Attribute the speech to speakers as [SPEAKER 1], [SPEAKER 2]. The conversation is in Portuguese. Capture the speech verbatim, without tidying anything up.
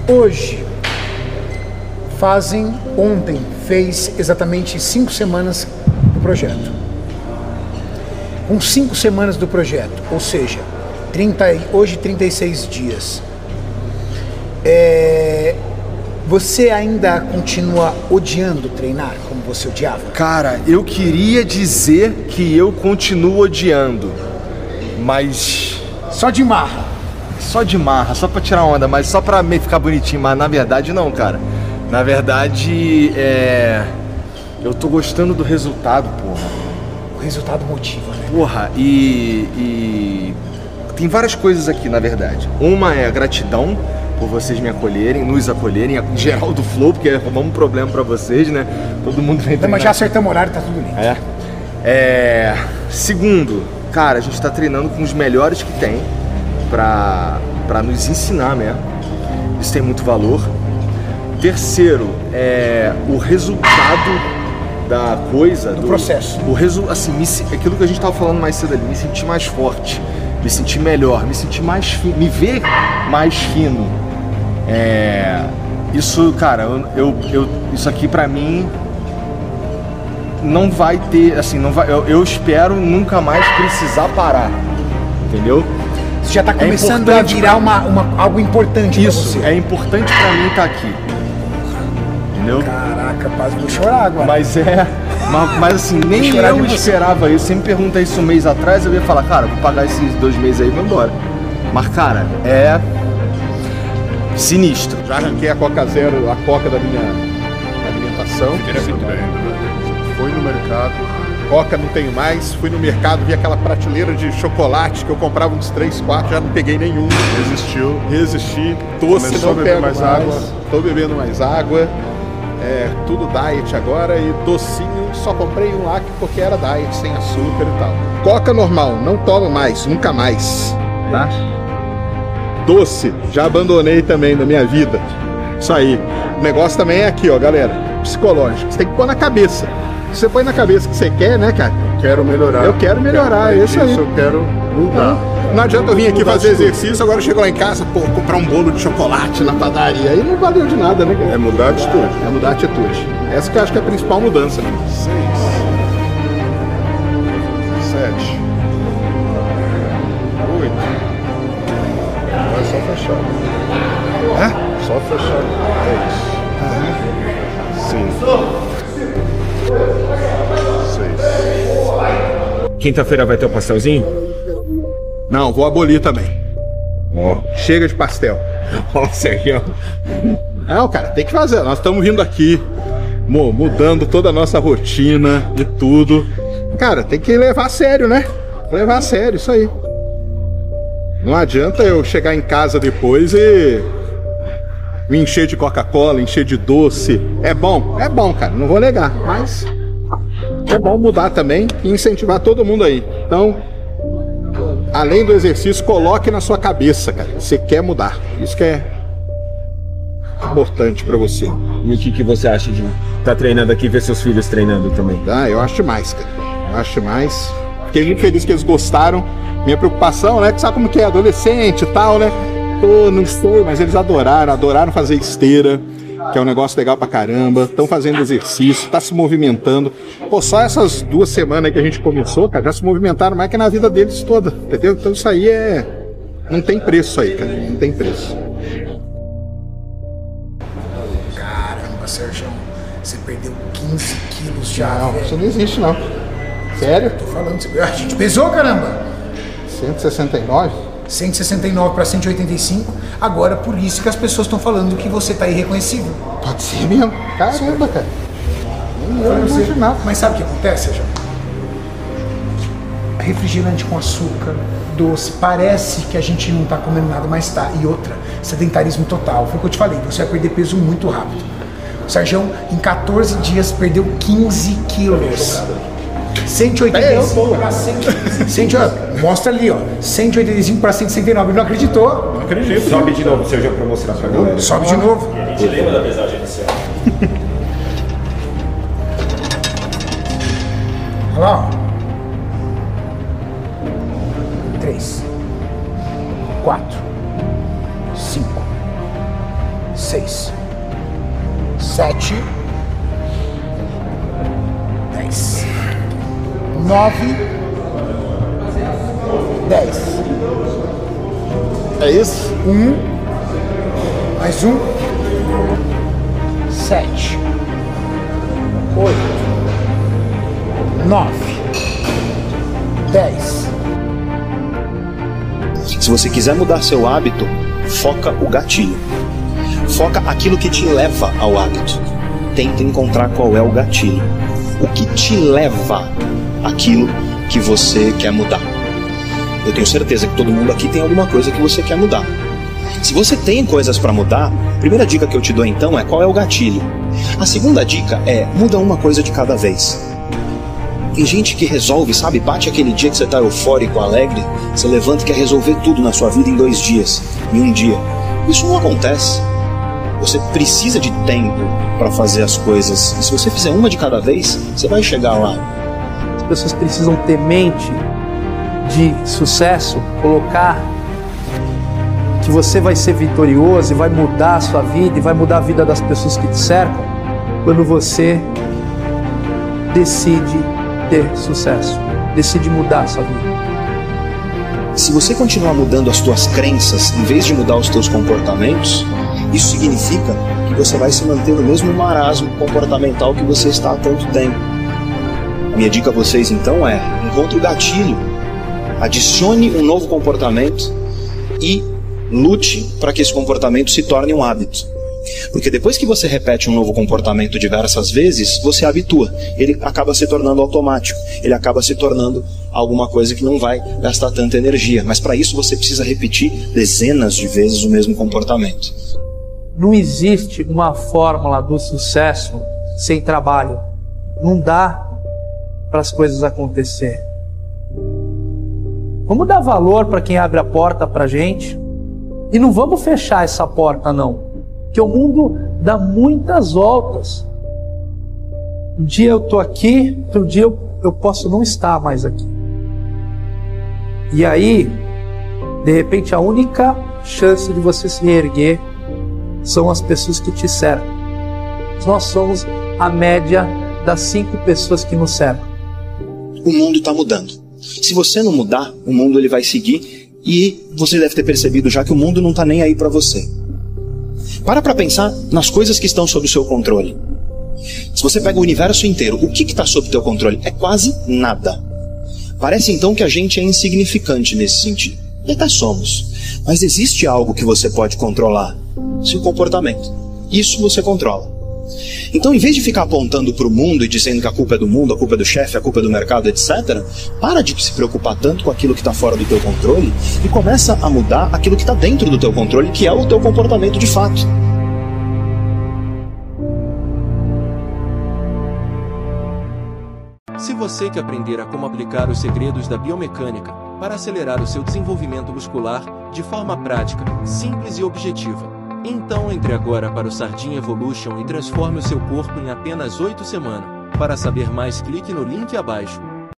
[SPEAKER 1] Hoje, fazem, ontem, fez exatamente cinco semanas do projeto. Com cinco semanas do projeto, ou seja, trinta, hoje trinta e seis dias. É, você ainda continua odiando treinar como você odiava?
[SPEAKER 2] Cara, eu queria dizer que eu continuo odiando, mas...
[SPEAKER 1] Só de marra.
[SPEAKER 2] Só de marra, só pra tirar onda, mas só pra me ficar bonitinho, mas na verdade não, cara. Na verdade, é... eu tô gostando do resultado, porra.
[SPEAKER 1] O resultado motiva, né?
[SPEAKER 2] Porra, e... e... tem várias coisas aqui, na verdade. Uma é a gratidão por vocês me acolherem, nos acolherem, em geral do Flow, porque arrumamos um problema pra vocês, né? Todo mundo vem treinar.
[SPEAKER 1] Mas já acertamos o horário, tá tudo lindo.
[SPEAKER 2] É. É... Segundo, cara, a gente tá treinando com os melhores que tem pra, pra nos ensinar mesmo. Isso tem muito valor. Terceiro, é o resultado da coisa.
[SPEAKER 1] Do,
[SPEAKER 2] do
[SPEAKER 1] processo.
[SPEAKER 2] O resu, assim, me, aquilo que a gente tava falando mais cedo ali, me sentir mais forte, me sentir melhor, me sentir mais fino, me ver mais fino. É... Isso, cara, eu, eu, eu, isso aqui pra mim não vai ter, assim, não vai, eu, eu espero nunca mais precisar parar, entendeu?
[SPEAKER 1] Você já tá começando
[SPEAKER 2] é
[SPEAKER 1] a virar uma, uma, algo importante
[SPEAKER 2] isso,
[SPEAKER 1] pra você.
[SPEAKER 2] é importante pra mim estar aqui, entendeu?
[SPEAKER 1] Caraca, quase vou chorar agora.
[SPEAKER 2] Mas é, mas, mas assim, nem eu esperava isso. Você me pergunta isso um mês atrás, eu ia falar, cara, vou pagar esses dois meses aí e vou embora. Mas, cara, é sinistro.
[SPEAKER 3] Já arranquei a Coca Zero, a Coca da minha alimentação.
[SPEAKER 4] Muito bem, foi no mercado.
[SPEAKER 3] Coca não tenho mais, fui no mercado, vi aquela prateleira de chocolate que eu comprava uns três, quatro, já não peguei nenhum.
[SPEAKER 4] Resistiu.
[SPEAKER 3] Resisti, doce
[SPEAKER 4] Começou
[SPEAKER 3] não
[SPEAKER 4] a beber
[SPEAKER 3] pego
[SPEAKER 4] mais
[SPEAKER 3] mais,
[SPEAKER 4] água.
[SPEAKER 3] tô bebendo mais água, é, tudo diet agora e docinho, só comprei um lá porque era diet, sem açúcar e tal. Coca normal, não tomo mais, nunca mais, tá? Doce, já abandonei também na minha vida, isso aí. O negócio também é aqui, ó, galera, psicológico, você tem que pôr na cabeça. Você põe na cabeça que você quer, né, cara?
[SPEAKER 4] Quero melhorar.
[SPEAKER 3] Eu quero melhorar, é isso aí.
[SPEAKER 4] Eu quero mudar.
[SPEAKER 3] Não, não adianta eu vir aqui fazer exercício, agora eu chego lá em casa, pô, comprar um bolo de chocolate na padaria. Aí não valeu de nada, né, cara?
[SPEAKER 4] É mudar a atitude.
[SPEAKER 3] É mudar a atitude. Essa que eu acho que é a principal mudança, né?
[SPEAKER 4] Seis. Sete. Oito. Vai só fechar.
[SPEAKER 3] Hã?
[SPEAKER 4] Só fechar. Dez. Cinco.
[SPEAKER 5] Quinta-feira vai ter o pastelzinho?
[SPEAKER 3] Não, vou abolir também.
[SPEAKER 5] Ó.
[SPEAKER 3] Chega de pastel.
[SPEAKER 5] Ó, Sérgio.
[SPEAKER 3] Não, cara, tem que fazer. Nós estamos vindo aqui, mudando toda a nossa rotina e tudo. Cara, tem que levar a sério, né? Levar a sério, isso aí. Não adianta eu chegar em casa depois e me encher de Coca-Cola, encher de doce. É bom? É bom, cara, não vou negar. Mas é bom mudar também e incentivar todo mundo aí. Então, além do exercício, coloque na sua cabeça, cara, você quer mudar. Isso que é importante pra você.
[SPEAKER 5] E o que, que você acha de estar treinando aqui e ver seus filhos treinando também?
[SPEAKER 3] Ah, eu acho demais, cara. Eu acho demais. Fiquei muito feliz que eles gostaram. Minha preocupação, né? Que sabe como que é adolescente e tal, né? Pô, não sei, mas eles adoraram, adoraram fazer esteira, que é um negócio legal pra caramba. Estão fazendo exercício, tá se movimentando. Pô, só essas duas semanas aí que a gente começou, cara, já se movimentaram mais que na vida deles toda, entendeu? Então isso aí é... não tem preço aí, cara. Não tem preço.
[SPEAKER 1] Caramba, Sérgio, você perdeu quinze quilos já,
[SPEAKER 3] Não,
[SPEAKER 1] velho.
[SPEAKER 3] isso não existe, não. Sério?
[SPEAKER 1] Tô falando, você- a gente pesou, caramba.
[SPEAKER 3] cento e sessenta e nove?
[SPEAKER 1] cento e sessenta e nove para cento e oitenta e cinco. Agora, por isso que as pessoas estão falando que você tá irreconhecível.
[SPEAKER 3] Pode ser mesmo. Caramba, cara. Nem eu
[SPEAKER 1] Você-
[SPEAKER 3] imaginava.
[SPEAKER 1] Mas sabe o que acontece, Sérgio? Refrigerante com açúcar, doce, parece que a gente não tá comendo nada, mas tá. E outra, sedentarismo total. Foi o que eu te falei, você vai perder peso muito rápido. O Sérgio, em quatorze dias, perdeu quinze quilos. cento e oitenta e cinco para cento e cinco. Mostra ali, ó. cento e oitenta e cinco para cento e sessenta e nove. Ele não acreditou?
[SPEAKER 4] Não acredito.
[SPEAKER 5] Sobe de novo, Sérgio, pra mostrar pra galera.
[SPEAKER 1] Sobe de novo.
[SPEAKER 6] A gente lembra da pesagem inicial.
[SPEAKER 1] Olha lá, ó. Três, quatro, cinco, seis, sete, dez, nove, dez.
[SPEAKER 2] É isso?
[SPEAKER 1] Um, mais um, sete, oito, nove, dez.
[SPEAKER 6] Se você quiser mudar seu hábito, foca o gatilho. Foca aquilo que te leva ao hábito. Tenta encontrar qual é o gatilho. O que te leva àquilo que você quer mudar. Eu tenho certeza que todo mundo aqui tem alguma coisa que você quer mudar. Se você tem coisas para mudar, a primeira dica que eu te dou então é qual é o gatilho. A segunda dica é muda uma coisa de cada vez. Tem gente que resolve, sabe? Bate aquele dia que você está eufórico, alegre, você levanta e quer resolver tudo na sua vida em dois dias, em um dia. Isso não acontece. Você precisa de tempo para fazer as coisas. E se você fizer uma de cada vez, você vai chegar lá.
[SPEAKER 7] As pessoas precisam ter mente de sucesso, colocar que você vai ser vitorioso e vai mudar a sua vida e vai mudar a vida das pessoas que te cercam quando você decide ter sucesso, decide mudar a sua vida.
[SPEAKER 6] Se você continuar mudando as tuas crenças em vez de mudar os teus comportamentos, isso significa que você vai se manter no mesmo marasmo comportamental que você está há tanto tempo. A minha dica a vocês então é: encontre o gatilho, adicione um novo comportamento e lute para que esse comportamento se torne um hábito. Porque depois que você repete um novo comportamento diversas vezes, você habitua. Ele acaba se tornando automático. Ele acaba se tornando alguma coisa que não vai gastar tanta energia. Mas para isso você precisa repetir dezenas de vezes o mesmo comportamento.
[SPEAKER 7] Não existe uma fórmula do sucesso sem trabalho. Não dá para as coisas acontecer. Vamos dar valor para quem abre a porta para a gente. E não vamos fechar essa porta não. Porque o mundo dá muitas voltas. Um dia eu estou aqui, outro dia eu, eu posso não estar mais aqui. E aí, de repente, a única chance de você se reerguer são as pessoas que te cercam. Nós somos a média das cinco pessoas que nos cercam.
[SPEAKER 6] O mundo está mudando. Se você não mudar, o mundo ele vai seguir e você deve ter percebido já que o mundo não está nem aí para você. Para para pensar nas coisas que estão sob o seu controle. Se você pega o universo inteiro, o que está sob o teu controle? É quase nada. Parece então que a gente é insignificante nesse sentido. E até somos. Mas existe algo que você pode controlar. Seu comportamento. Isso você controla. Então, em vez de ficar apontando para o mundo e dizendo que a culpa é do mundo, a culpa é do chefe, a culpa é do mercado, etcétera, para de se preocupar tanto com aquilo que está fora do teu controle e começa a mudar aquilo que está dentro do teu controle, que é o teu comportamento de fato.
[SPEAKER 8] Se você quer aprender a como aplicar os segredos da biomecânica para acelerar o seu desenvolvimento muscular de forma prática, simples e objetiva, então entre agora para o Sardinha Evolution e transforme o seu corpo em apenas oito semanas. Para saber mais, clique no link abaixo.